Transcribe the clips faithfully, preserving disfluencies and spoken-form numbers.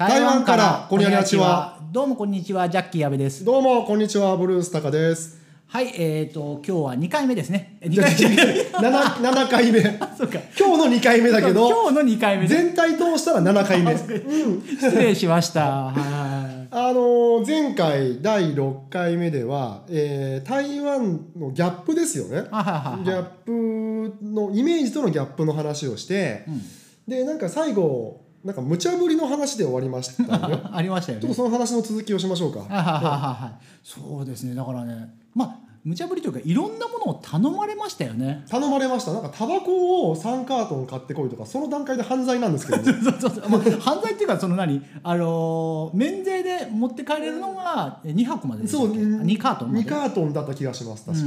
台湾からこんにちは。 どうもこんにちは、ジャッキー阿部です。 どうもこんにちは、ブルースタカです。 はい、えーと今日はにかいめですね。にかいめ なな, ななかいめそうか、 今日のにかいめだけど今日のにかいめ全体通したらななかいめ、うん、 失礼しましたはいあの前回だいろっかいめでは、えー、台湾のギャップですよね。ギャップのイメージとのギャップの話をして、うん、でなんか最後なんか無茶ぶりの話で終わりましたねありましたよね。 ちょっとその話の続きをしましょうか。 はいはいはいはい、そうですね。だからね、まあ無茶ぶりというかいろんなものを頼まれましたよね。 頼まれました。なんかタバコをさんカートン買ってこいとか、その段階で犯罪なんですけど、ね、 そうそうそう、まあ、犯罪っていうかその何あのー、免税で持って帰れるのがにはこまででしたっけ。そうにカートンまで。にカートンだった気がします確か、うん、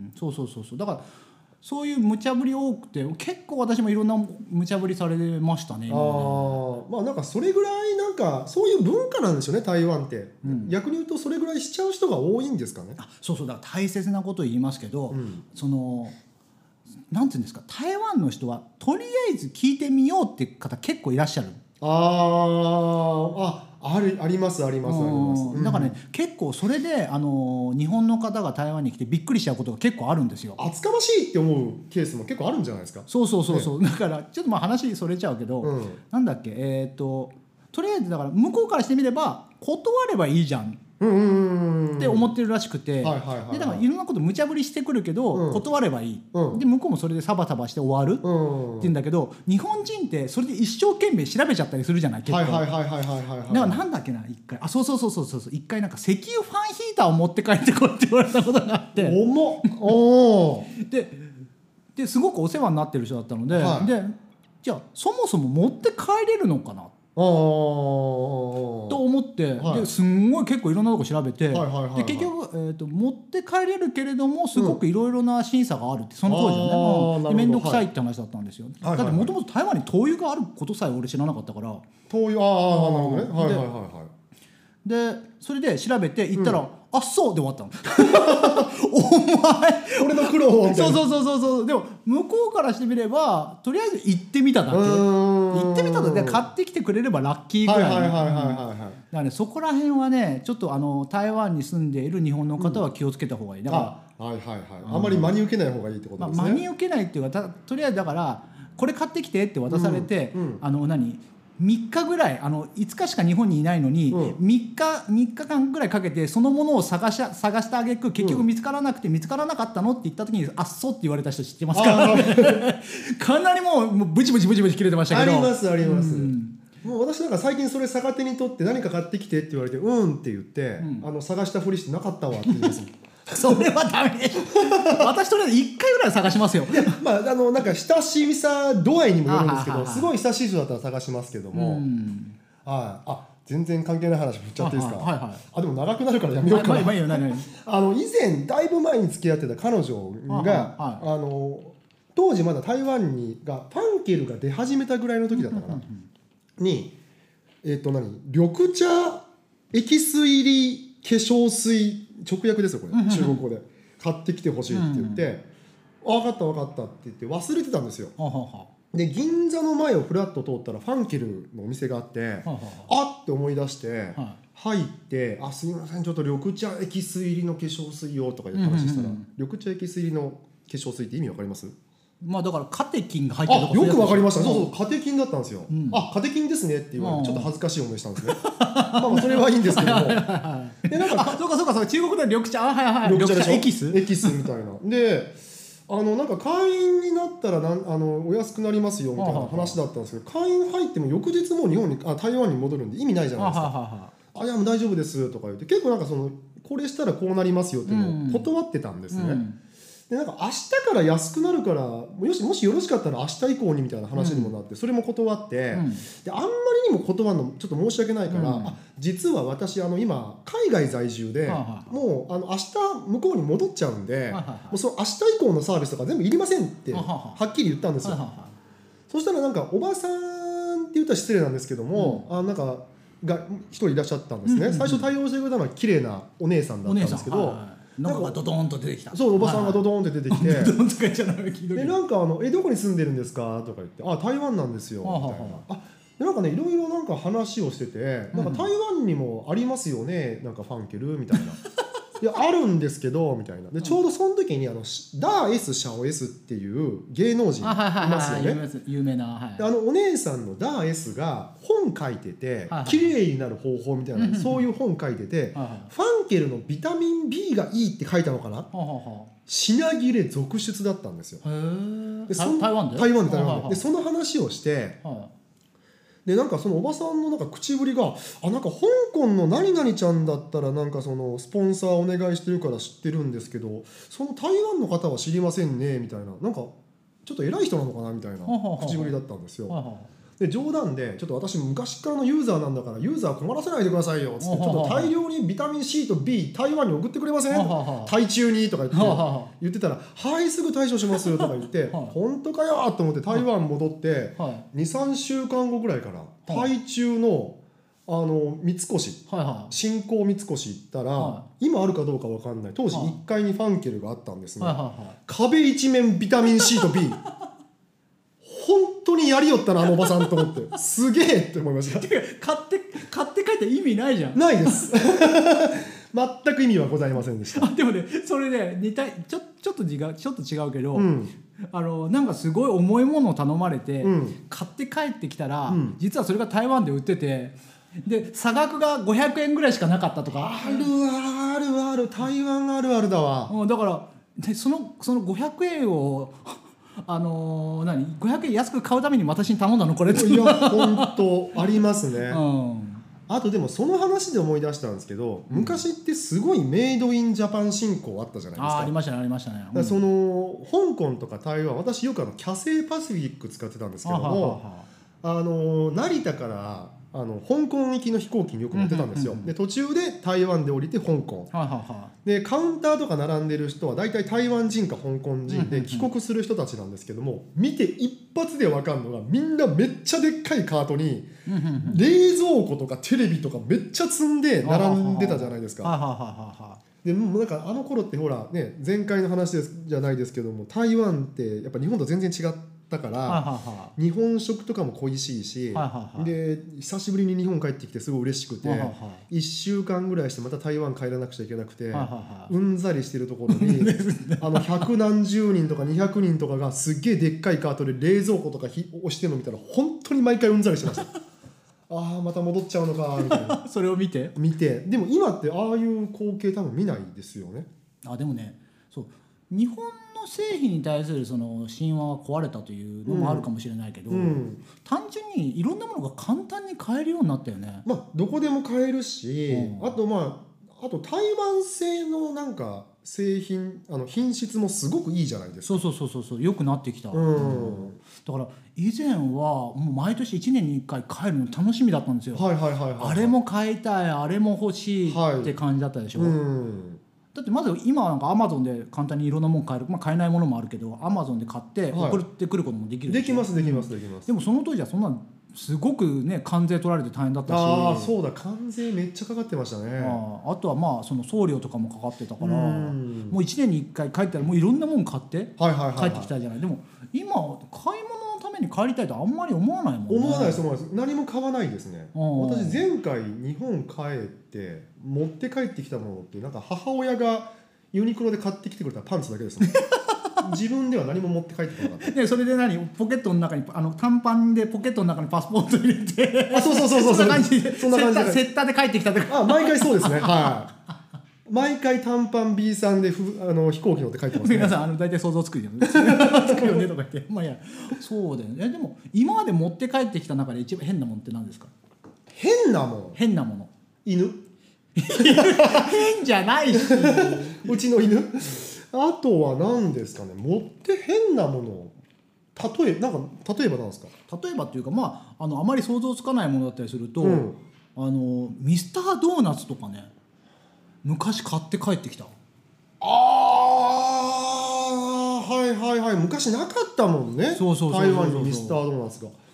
そうそうそうそう。だからそういう無茶ぶり多くて結構私もいろんな無茶ぶりされましたね。 ああ、まあなんかそれぐらいなんかそういう文化なんでしょうね台湾って、うん、逆に言うとそれぐらいしちゃう人が多いんですかね。 あ、そうそう、だから大切なことを言いますけど、うん、そのなんていうんですか、台湾の人はとりあえず聞いてみようって方結構いらっしゃる。 ああ、あるありますありますあります。 だからね、うん、結構それであの日本の方が台湾に来てびっくりしちゃうことが結構あるんですよ。 厚かましいって思うケースも結構あるんじゃないですか。 そうそうそうそう、ね、だからちょっとまあ話それちゃうけど、うん、なんだっけ、えっととりあえずだから向こうからしてみれば断ればいいじゃんって思ってるらしくて、でだからいろんなこと無茶ぶりしてくるけど、うん、断ればいい、うん、で向こうもそれでサバサバして終わるって言うんだけど、日本人ってそれで一生懸命調べちゃったりするじゃない結構。だからなんだっけな、一回あそうそうそうそうそう一回なんか石油ファンヒーターを持って帰ってこいって言われたことがあって、 重っおでですごくお世話になってる人だったので、はい、でじゃあそもそも持って帰れるのかなと思って、はい、ですんごい結構いろんなとこ調べて、で結局、えー、と持って帰れるけれどもすごくいろいろな審査があるってその当時はね、面倒くさいって話だったんですよ、はい、だってもともと台湾に灯油があることさえ俺知らなかったから。 灯油、ああなるほどね、はいはいはいはい。 でそれで調べて行ったら、うん、あっそうで終わったのお前俺の苦労をみたいな。 そうそうそうそう。でも向こうからしてみればとりあえず行ってみただけ、行ってみただけで買ってきてくれればラッキーぐらい。だからね、そこら辺はねちょっとあの台湾に住んでいる日本の方は気をつけた方がいい。だから、 はいはいはい、あんまり真に受けない方がいいってことですね。 まあ、真に受けないっていうか、たとりあえずだからこれ買ってきてって渡されて、うんうん、あの何みっかぐらい、あのいつかしか日本にいないのに、うん、みっかみっかかんぐらいかけてそのものを探し探してあげく結局見つからなくて、うん、見つからなかったのって言った時にあっそうって言われた人知ってますからかなりもう、もうブチブチブチブチ切れてましたけど。 ありますあります、うん、もう私なんか最近それ逆手に取って何か買ってきてって言われてうんって言って、うん、あの探したふりしてなかったわって言いますそれはダメでしょ私とりあえずいっかいぐらい探しますよ。 いや、まあ、あのなんか親しさ度合いにもよるんですけど、すごい親しい人だったら探しますけども、はい、あ全然関係ない話振っちゃっていいですか。はいはい、あでも長くなるからやめようかな。あの以前だいぶ前に付き合ってた彼女があの当時まだ台湾にがファンケルが出始めたぐらいの時だったかなに、えっと何緑茶エキス入り化粧水直訳ですよこれ、中国語で買ってきてほしいって言って、分かった分かったって言って忘れてたんですよ。で銀座の前をフラッと通ったらファンケルのお店があって、あって思い出して入って「あすいませんちょっと緑茶エキス入りの化粧水を」とかいう話したら、緑茶エキス入りの化粧水って意味わかります？ まあだからカテキンが入ってるとか。よくわかりました。そうそうカテキンだったんですよ、うん、あカテキンですねって言われてちょっと恥ずかしい思いしたんですねまあまあそれはいいんですけどもでなんかそうかそうかそう中国では緑茶、あはいはい緑茶エキスエキスみたいなであのなんか会員になったらなんあのお安くなりますよみたいな話だったんですけど、会員入っても翌日もう日本にあ台湾に戻るんで意味ないじゃないですか。あいやもう大丈夫ですとか言って結構なんかそのこれしたらこうなりますよっていうのを断ってたんですね、うんうんでなんか明日から安くなるからもしもしよろしかったら明日以降にみたいな話にもなって、うん、それも断って、うん、であんまりにも断るのちょっと申し訳ないから、うん、あ実は私あの今海外在住で、はあはあ、もうあの明日向こうに戻っちゃうんで、はあはあ、もうその明日以降のサービスとか全部いりませんって、はあはあ、はっきり言ったんですよ、はあはあ、そしたらなんかおばさんって言ったら失礼なんですけども、うん、あなんかが一人いらっしゃったんですね、うんうんうん、最初対応してくれたのは綺麗なお姉さんだったんですけど、 なんかドドーンと出てきた。 そうおばさんがドドーンって出てきて、 ドドーンとか言っちゃダメ。 でなんかあのえどこに住んでるんですかとか言ってあ台湾なんですよみたいな。あなんかねいろいろなんか話をしてて、なんか台湾にもありますよね、なんかファンケルみたいな。いやあるんですけどみたいな。でちょうどその時にあのダー S シャオ S っていう芸能人いますよね。 有名な、はい、 あのお姉さんのダー S が本書いてて、はい、綺麗になる方法みたいな、はい、そういう本書いてて、はい、ファンケルのビタミン B がいいって書いたのかな、はい、品切れ続出だったんですよ。 へで台湾で台湾で台湾で、でその話をして、はい、でなんかそのおばさんのなんか口ぶりがあなんか香港の何々ちゃんだったらなんかそのスポンサーお願いしてるから知ってるんですけど、その台湾の方は知りませんねみたいな、なんかちょっと偉い人なのかなみたいな口ぶりだったんですよ。で冗談でちょっと私昔からのユーザーなんだからユーザー困らせないでくださいよっつって、ちょっと大量にビタミン C と B 台湾に送ってくれません台中にとか言って言ってたらはいすぐ対処しますよとか言って本当かよと思って台湾戻ってにさんしゅうかんごぐらいから台中のあの三越新興三越行ったら今あるかどうか分かんない、当時いっかいにファンケルがあったんですが壁一面ビタミン C と B 本当にやりよったなあのおばさんと思ってすげえって思いました。 買って買って帰って意味ないじゃん。 ないです全く意味はございませんでした。 あでもねそれね似たちょちょっと違うちょっと違うけど、うん、あのなんかすごい重いものを頼まれて、うん、買って帰ってきたら、うん、実はそれが台湾で売っててで差額がごひゃくえんぐらいしかなかったとか。 あるあるある台湾あるあるだわ。 うん、だからでそのそのごひゃくえんをあのー、何ごひゃくえん安く買うために私に頼んだのこれって。 いや本当ありますね、うん、あとでもその話で思い出したんですけど、うん、昔ってすごいメイドインジャパン進行あったじゃないですか。 あありましたねありましたね、 うん、その香港とか台湾私よくあのキャセイパシフィック使ってたんですけども、あの成田からあの香港行きの飛行機によく乗ってたんですよ、うんうんうん、で途中で台湾で降りて香港、はははでカウンターとか並んでる人は大体台湾人か香港人で帰国する人たちなんですけども、見て一発で分かるのがみんなめっちゃでっかいカートに冷蔵庫とかテレビとかめっちゃ積んで並んでたじゃないですか。でもうなんかあの頃ってほらね前回の話ですじゃないですけども台湾ってやっぱ日本と全然違ってだから、はいはいはい、日本食とかも恋しいし、はいはいはい、で久しぶりに日本帰ってきてすごい嬉しくて、はいはいはい、いっしゅうかんぐらいしてまた台湾帰らなくちゃいけなくて、はいはいはい、うんざりしてるところにあの百何十人とかにひゃくにんとかがすっげえでっかいカートで冷蔵庫とか押してるの見たら本当に毎回うんざりしてましたああまた戻っちゃうのかみたいなそれを見て見てでも今ってああいう光景多分見ないですよね。 あでもねそう日本の製品に対するその神話は壊れたというのもあるかもしれないけど、うんうん、単純にいろんなものが簡単に買えるようになったよね。 まあどこでも買えるし、うん、あとまああと台湾製のなんか製品あの品質もすごくいいじゃないですか。 そうそうそうそう良くなってきた、うんうん、だから以前はもう毎年いちねんにいっかい買えるの楽しみだったんですよ。 はいはいはいはいはい、 あれも買いたいあれも欲しいって感じだったでしょ、はいうんだってまず今なんかアマゾンで簡単にいろんなもの買える、まあ、買えないものもあるけどアマゾンで買って送ってくることもできるでしょ、はい、できますできますできます。 でもその当時はそんなすごくね関税取られて大変だったしああそうだ関税めっちゃかかってましたね。 ああとはまあその送料とかもかかってたからもういちねんにいっかい帰ったらもういろんなもの買って帰ってきたじゃない。でも今買い物のために帰りたいとあんまり思わないもんね。 思わないです思わないです。何も買わないですね。私前回日本帰って持って帰ってきたものってなんか母親がユニクロで買ってきてくれたパンツだけですね自分では何も持って帰ってこなかったでそれで何ポケットの中にあの短パンでポケットの中にパスポート入れてあそうそうそうそうそんな感じでそんな感じでセッターで帰ってきたとかあ毎回そうですねはい毎回短パン ビー さんでふあの飛行機乗って帰ってますね。 皆さんあの大体想像つくよねつくよねとか言ってまあいやそうだよね。でも今まで持って帰ってきた中で一番変なものって何ですか。 変なもの変なもの犬変じゃないしうちの犬あとは何ですかね持って変なもの例えなんか例えば何ですか。 例えばっていうかまああのあまり想像つかないものだったりすると、うん、あのミスタードーナツとかね昔買って帰ってきた。 ああはいはいはい昔なかったもんね。 そうそうそうそう台湾にミスタードーナツが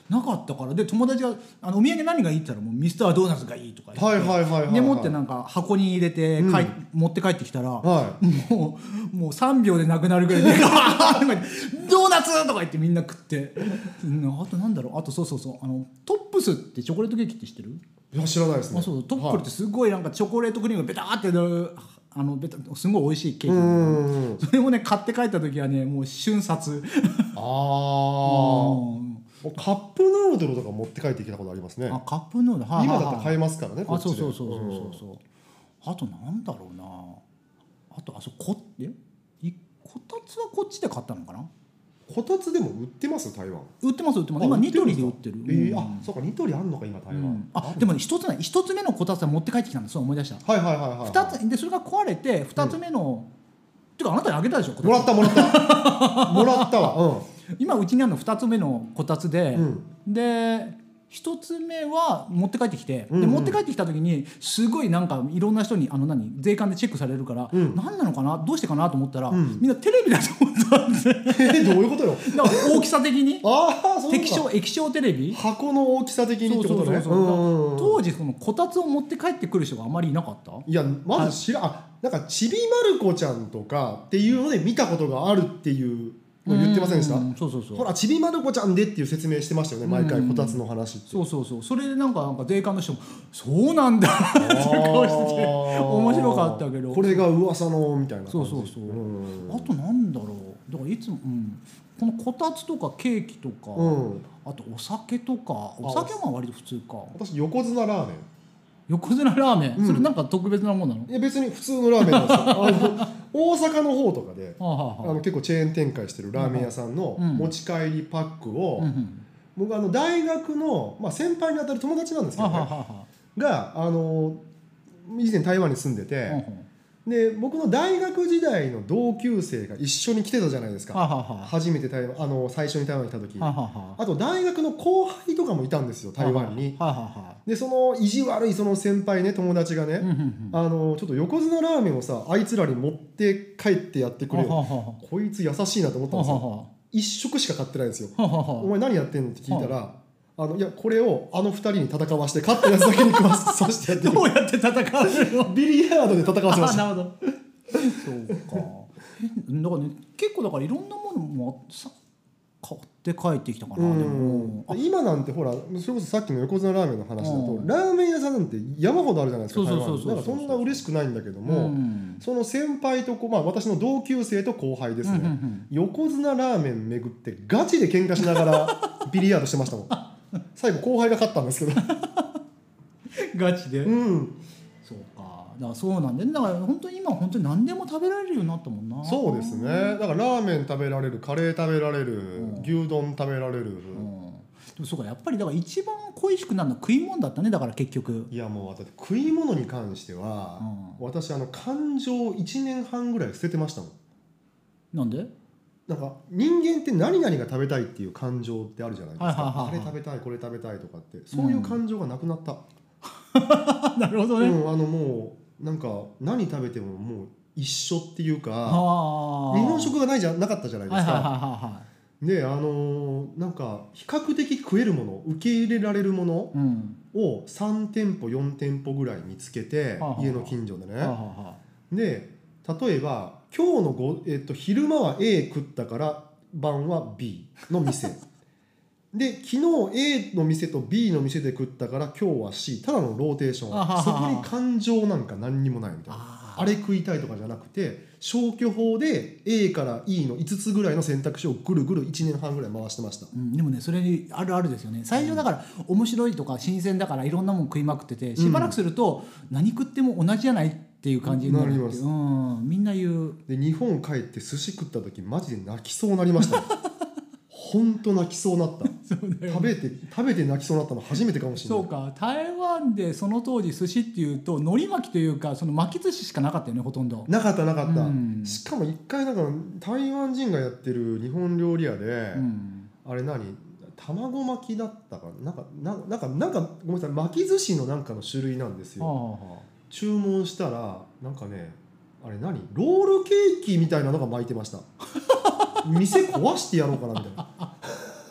なかったから、で友達があのお土産何がいいって言ったらもうミスタードーナツがいいとか言って、 はいはいはいはいはい、 で持ってなんか箱に入れて、うん、持って帰ってきたら、はい、もうもうさんびょうでなくなるぐらいでドーナツとか言ってみんな食って、うん、あとなんだろう、あとそうそうそう、あのトップスってチョコレートケーキって知ってる？ いや知らないですね。 あ、そうトップルってすごいなんかチョコレートクリームがベターってあのベタすごい美味しいケーキ、うん、それもね買って帰った時はねもう瞬殺ああカップヌードルとか持って帰ってきたことありますね。 あ、カップヌードル、はい、 今だったら買えますからね。 あ、そうそうそうそうそうそう、うん、あとなんだろうな、あとあそこえこたつはこっちで買ったのかな。 こたつでも売ってます台湾？ 売ってます売ってます。今ニトリで売ってる。 えー、あ、そうかニトリあんのか今台湾。うん、 あ、でもね一つね一つ目のこたつは持って帰ってきたんです。そう思い出した。 はいはいはいはい。 二つでそれが壊れて二つ目の、うん、てかあなたにあげたでしょ。 もらったもらったもらったわ。うん。 今うちにあるのふたつめのこたつで、うん、でひとつめは持って帰ってきて、うんうん、で持って帰ってきた時にすごいなんかいろんな人にあの何税関でチェックされるから、うん、何なのかなどうしてかなと思ったら、うん、みんなテレビだと思ったんでえどういうことよ。 だから大きさ的にあそう液晶液晶テレビ箱の大きさ的にってことね。 当時そのこたつを持って帰ってくる人があまりいなかった。 いやまず知ら、はい、あなんかちびまる子ちゃんとかっていうので見たことがあるっていう言ってませんでした？ そうそうそう。 ほらちびまる子ちゃんでっていう説明してましたよね毎回こたつの話って。 そうそうそう。それでなんかなんか税関の人もそうなんだって顔してて面白かったけど。 これが噂のみたいな感じ。 そうそうそう。あとなんだろう。だからいつも、うん、このこたつとかケーキとか、うん、あとお酒とかお酒は割と普通か。 私横綱ラーメン。 横綱ラーメン、うん、それなんか特別なもんなの？ いや別に普通のラーメンなんですよあの大阪の方とかであの結構チェーン展開してるラーメン屋さんの持ち帰りパックを、うん、僕あの大学の、まあ、先輩にあたる友達なんですけどねがあの以前台湾に住んでてで僕の大学時代の同級生が一緒に来てたじゃないですか。ははは初めて台湾あの最初に台湾に来た時はははあと大学の後輩とかもいたんですよ台湾に。はははでその意地悪いその先輩ね友達がね、うんうんうん、あのちょっと横綱ラーメンをさあいつらに持って帰ってやってくれよ。はははこいつ優しいなと思ったんですよ。ははは一食しか買ってないんですよ。はははお前何やってんのって聞いたらははあのいやこれをあのふたりに戦わして勝ったやつだけに食わさせてやってるどうやって戦わせるの？ ビリヤードで戦わせました。 なるほどそうかだからね結構だからいろんなものもさ買って帰ってきたかな。でも今なんてほらそれこそさっきの横綱ラーメンの話だとラーメン屋さんなんて山ほどあるじゃないですか。台湾だからそんな嬉しくないんだけどもその先輩とこ、まあ、私の同級生と後輩ですね、うんうんうん、横綱ラーメン巡ってガチで喧嘩しながらビリヤードしてましたもん最後後輩が勝ったんですけどガチで、 うん、 そうかだからそうなんでだから本当に今本当に何でも食べられるようになったもんな。 そうですねだからラーメン食べられるカレー食べられる、うん、牛丼食べられる、うん、でもそうかやっぱりだから一番恋しくなるのは食い物だったね。だから結局いやもうだって食い物に関しては、うん、私あの感情いちねんはんぐらい捨ててましたもん。 なんでなんか人間って何々が食べたいっていう感情ってあるじゃないですか、はいはいはいはい、あれ食べたいこれ食べたいとかってそういう感情がなくなった、 うん、なるほどね、 うん、あのもうなんか何食べてももう一緒っていうか日本食がないじゃなかったじゃないですか、はいはいはいはい、であのー、なんか比較的食えるもの受け入れられるものをさんてんぽよんてんぽぐらい見つけて、うん、家の近所でね、はははで例えば今日のご、えっと、昼間は A 食ったから晩は B の店で昨日 A の店と B の店で食ったから今日は C ただのローテーションそこに感情なんか何にもないみたいな あ, あれ食いたいとかじゃなくて消去法で A から E のいつつぐらいの選択肢をぐるぐるいちねんはんぐらい回してました、 うん、でもねそれにあるあるですよね。最初だから面白いとか新鮮だからいろんなもん食いまくっててしばらくすると何食っても同じじゃないっていう感じになるっていう、うん、みんな言う。 で日本帰って寿司食った時マジで泣きそうになりました本当泣きそうになったそうだよ、ね、食べて食べて泣きそうになったの初めてかもしれない。 そうか台湾でその当時寿司っていうと海苔巻きというかその巻き寿司しかなかったよねほとんど。 なかったなかった、うん、しかも一回なんか台湾人がやってる日本料理屋で、うん、あれ何卵巻きだったかなんかなんかなんかごめんなさい巻き寿司のなんかの種類なんですよ、はあはあ、注文したらなんかねあれ何ロールケーキみたいなのが巻いてました店壊してやろうかなみたいな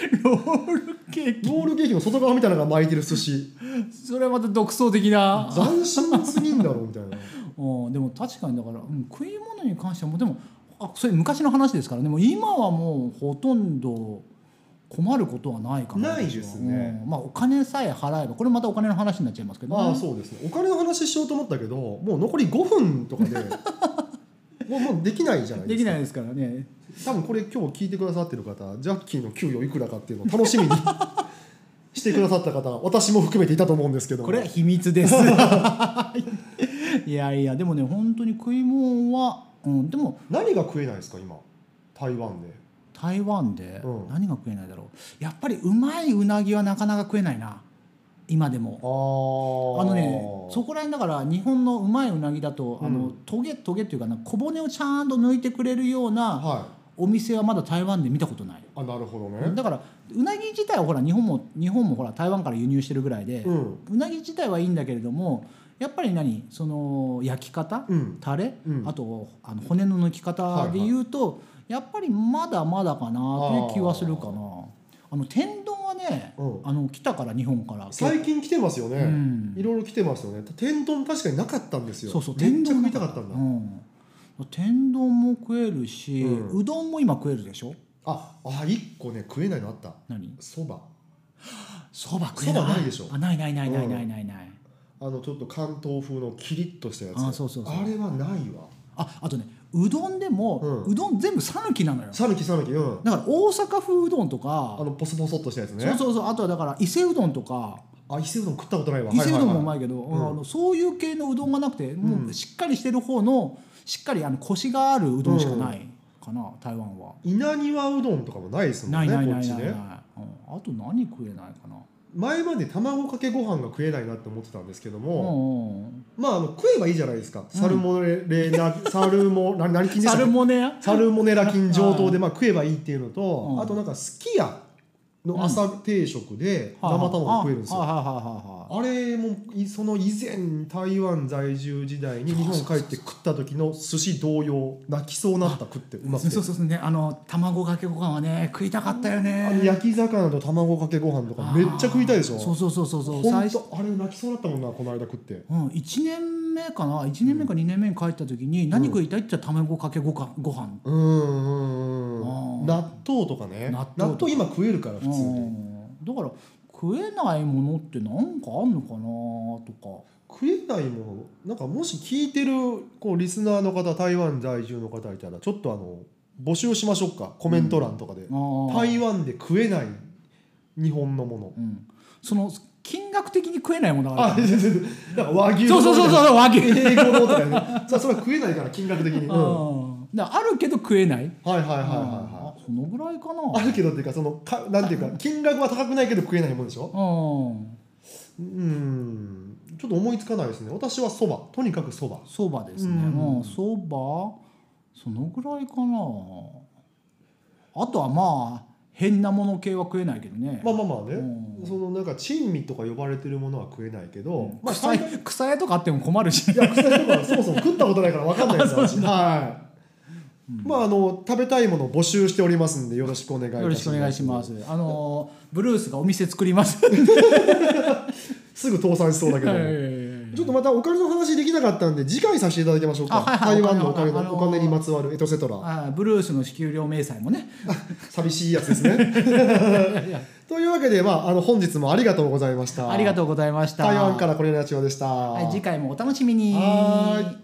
ロールケーキロールケーキの外側みたいなのが巻いてる寿司それはまた独創的な斬新すぎんだろうみたいなうん、でも確かにだから、うん、食い物に関してはもうでもあそれ昔の話ですからねもう今はもうほとんど困ることはないかなないですね、 うん、まあお金さえ払えばこれまたお金の話になっちゃいますけど、ね、 ああそうですねお金の話しようと思ったけどもう残りごふんとかでもうもうできないじゃないですか。 できないですからね。 多分これ今日聞いてくださってる方ジャッキーの給与いくらかっていうのを楽しみにしてくださった方私も含めていたと思うんですけどこれは秘密ですいやいやでもね本当に食い物は、うん、でも何が食えないですか今台湾で台湾で何が食えないだろう、やっぱりうまいうなぎはなかなか食えないな今でも。あのねそこら辺だから日本のうまいうなぎだと、うん、あのトゲトゲっていうかな小骨をちゃんと抜いてくれるような、はい、お店はまだ台湾で見たことない。 あなるほどね。 だからうなぎ自体はほら日本も日本もほら台湾から輸入してるぐらいで、うん、うなぎ自体はいいんだけれどもやっぱり何その焼き方、うん、タレ、うん、あとあの骨の抜き方でいうと、はいはい、やっぱりまだまだかなという気はするかな。あの天丼はね、うん、あの来たから日本から最近来てますよね、うん、いろいろ来てますよね。天丼確かになかったんですよ。そうそう天丼めっちゃ食いたかったんだ、うん、 天丼も食えるし、うん、うどんも今食えるでしょ。 ああいっこね食えないのあった。 何？ そば。 そば食えない。 そばないでしょ。 あないないないないないないない、 うん、あのちょっと関東風のキリッとしたやつ。 あそうそうそうあれはないわ。 ああとねうどんでも、うん、うどん全部さぬきなのよ。 さぬきさぬき、うん、 だから大阪風うどんとかあのポソポソっとしたやつね。 そうそうそうあとはだから伊勢うどんとかあ伊勢うどん食ったことないわ。 伊勢うどんもうまいけど、はいはいはい、あのそういう系のうどんがなくて、うん、もうしっかりしてる方のしっかりあのコシがあるうどんしかないかな、うん、台湾は。 稲庭うどんとかもないですもんね。 ないないないないない、 こっちね、 うん、あと何食えないかな。 前まで卵かけご飯が食えないなって思ってたんですけども、まああの食えばいいじゃないですか。サルモネラ、うん、サルモ何何菌でしたっけ？サルモネラサルモネラ菌上等でまあ食えばいいっていうのと、うん、あとなんかすき家の朝定食で生卵食えるんですよ。あれもその以前台湾在住時代に日本帰って食った時の寿司同様泣きそうなった食ってうまくて。 そうそうそうねあの卵かけご飯はね食いたかったよね。 あの焼き魚と卵かけご飯とかめっちゃ食いたいでしょ。 そうそうそうそうそう。 本当あれ泣きそうだったもんなこの間食って。 うんいちねんめかないちねんめかにねんめに帰った時に、うん、何食いたいって言ったら卵かけご飯ご飯。 うんうんうん。納豆とかね。納豆, 納豆今食えるから普通に。 だから食えないものって何かあんのかなとか。 食えないものなんかもし聞いてるこうリスナーの方台湾在住の方いたらちょっとあの募集しましょうかコメント欄とかで、うん、台湾で食えない日本のもの、うん、 その金額的に食えないものがある。 あなんか和牛そうそうそうそう和牛英語のとかねさあそれは食えないから金額的に、 うん、だからあるけど食えない。 はいはいはいはいはいそのぐらいかな。 あるけどっていうかそのかなんていうか金額は高くないけど食えないもんでしょ。うんうんちょっと思いつかないですね。私はそばとにかくそばそばですね。うん、そばそのぐらいかな。あとはまあ変なもの系は食えないけどね。まあまあまあね、うん、そのなんか珍味とか呼ばれてるものは食えないけど、うんまあ、草屋草屋とかあっても困るし、いや草屋とかそもそも食ったことないから分かんないです私はい。うん、まああの食べたいものを募集しておりますんでよろしくお願いいたします。よろしくお願いします。あのブルースがお店作りますすぐ倒産しそうだけどちょっとまたお金の話できなかったんで次回させていただきましょうか。はいはい、台湾のお金の、あのー、お金にまつわるエトセトラ。あブルースの支給料明細もね寂しいやつですねというわけで、まあ、あの本日もありがとうございました。ありがとうございました。台湾からコレナチオでした。はい、次回もお楽しみに。はい。